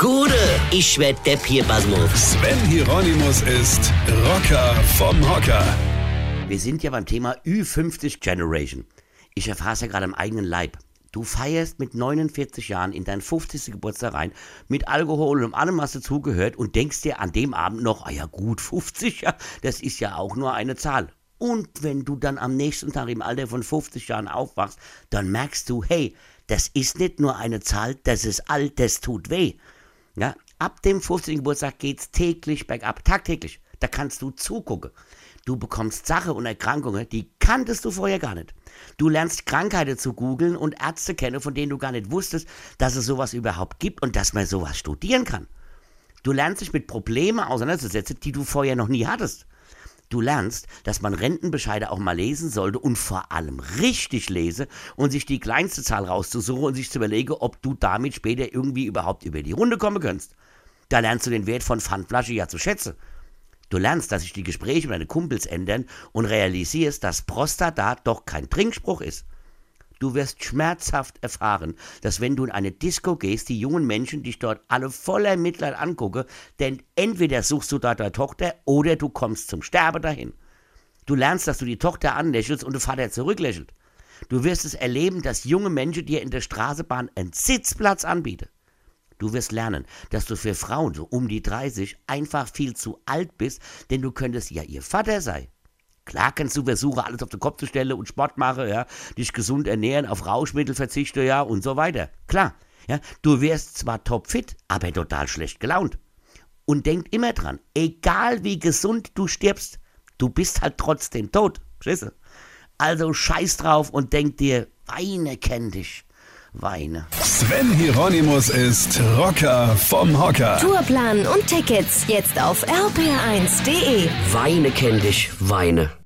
Gude, ich werd Depp hier, Basmus. Sven Hieronymus ist Rocker vom Hocker. Wir sind ja beim Thema Ü50 Generation. Ich erfahre es ja gerade am eigenen Leib. Du feierst mit 49 Jahren in deinen 50. Geburtstag rein, mit Alkohol und allem, was dazugehört, und denkst dir an dem Abend noch, ja gut, 50, ja, das ist ja auch nur eine Zahl. Und wenn du dann am nächsten Tag im Alter von 50 Jahren aufwachst, dann merkst du, hey, das ist nicht nur eine Zahl, das ist alt, das tut weh. Ja, ab dem 50. Geburtstag geht's täglich bergab, tagtäglich. Da kannst du zugucken. Du bekommst Sachen und Erkrankungen, die kanntest du vorher gar nicht. Du lernst Krankheiten zu googeln und Ärzte kennen, von denen du gar nicht wusstest, dass es sowas überhaupt gibt und dass man sowas studieren kann. Du lernst dich mit Problemen auseinanderzusetzen, die du vorher noch nie hattest. Du lernst, dass man Rentenbescheide auch mal lesen sollte und vor allem richtig lese und sich die kleinste Zahl rauszusuchen und sich zu überlegen, ob du damit später irgendwie überhaupt über die Runde kommen kannst. Da lernst du den Wert von Pfandflasche ja zu schätzen. Du lernst, dass sich die Gespräche mit deinen Kumpels ändern und realisierst, dass Prostata doch kein Trinkspruch ist. Du wirst schmerzhaft erfahren, dass wenn du in eine Disco gehst, die jungen Menschen dich dort alle voller Mitleid angucken, denn entweder suchst du da deine Tochter oder du kommst zum Sterben dahin. Du lernst, dass du die Tochter anlächelst und der Vater zurücklächelt. Du wirst es erleben, dass junge Menschen dir in der Straßenbahn einen Sitzplatz anbieten. Du wirst lernen, dass du für Frauen so um die 30 einfach viel zu alt bist, denn du könntest ja ihr Vater sein. Klar kannst du versuchen, alles auf den Kopf zu stellen und Sport machen, ja, dich gesund ernähren, auf Rauschmittel verzichten, ja, und so weiter. Klar, ja, du wirst zwar topfit, aber total schlecht gelaunt. Und denk immer dran, egal wie gesund du stirbst, du bist halt trotzdem tot, verstehst du? Also scheiß drauf und denk dir, Weine kenn dich. Weine. Sven Hieronymus ist Rocker vom Hocker. Tourplan und Tickets jetzt auf rpr1.de. Weine kenn dich, Weine.